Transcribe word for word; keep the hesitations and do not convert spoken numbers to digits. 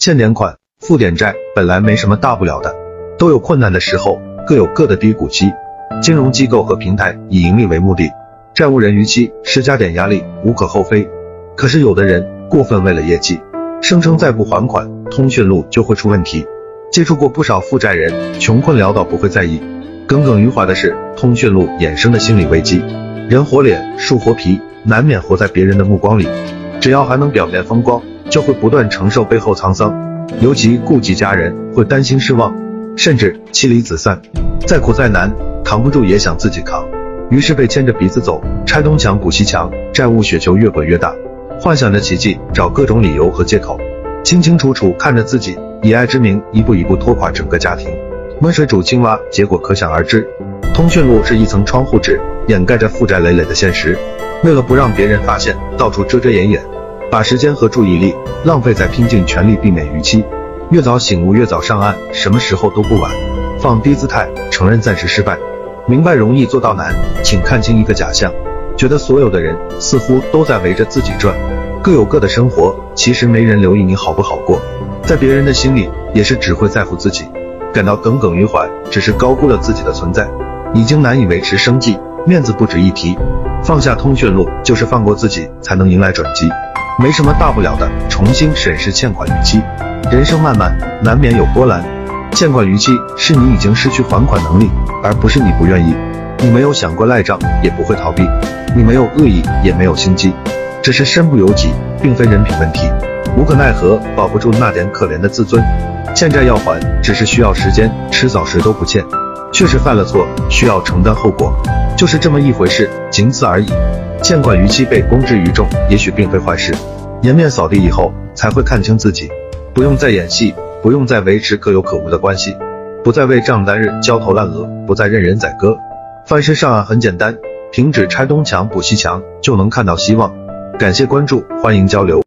欠点款、付点债本来没什么大不了的，都有困难的时候，各有各的低谷期。金融机构和平台以盈利为目的，债务人逾期施加点压力无可厚非。可是有的人过分为了业绩，声称再不还款，通讯录就会出问题。接触过不少负债人，穷困潦倒不会在意，耿耿于怀的是通讯录衍生的心理危机。人活脸，树活皮，难免活在别人的目光里。只要还能表面风光，就会不断承受背后沧桑。尤其顾及家人，会担心失望，甚至妻离子散。再苦再难，扛不住也想自己扛，于是被牵着鼻子走，拆东墙补西墙，债务雪球越滚越大，幻想着奇迹，找各种理由和借口，清清楚楚看着自己以爱之名一步一步拖垮整个家庭，温水煮青蛙，结果可想而知。通讯录是一层窗户纸，掩盖着负债累累的现实。为了不让别人发现，到处遮遮掩掩，把时间和注意力浪费在拼尽全力避免逾期。越早醒悟越早上岸，什么时候都不晚。放低姿态，承认暂时失败，明白容易做到难。请看清一个假象，觉得所有的人似乎都在围着自己转，各有各的生活，其实没人留意你好不好过。在别人的心里，也是只会在乎自己，感到耿耿于怀，只是高估了自己的存在，已经难以维持生计，面子不值一提。放下通讯录，就是放过自己，才能迎来转机。没什么大不了的，重新审视欠款逾期。人生漫漫，难免有波澜。欠款逾期是你已经失去还款能力，而不是你不愿意。你没有想过赖账，也不会逃避，你没有恶意，也没有心机，只是身不由己，并非人品问题。无可奈何，保不住那点可怜的自尊。欠债要还，只是需要时间，迟早谁都不欠。确实犯了错，需要承担后果，就是这么一回事，仅此而已。欠款逾期被公之于众，也许并非坏事。颜面扫地以后，才会看清自己，不用再演戏，不用再维持可有可无的关系，不再为账单日焦头烂额，不再任人宰割。翻身上岸很简单，停止拆东墙补西墙，就能看到希望。感谢关注，欢迎交流。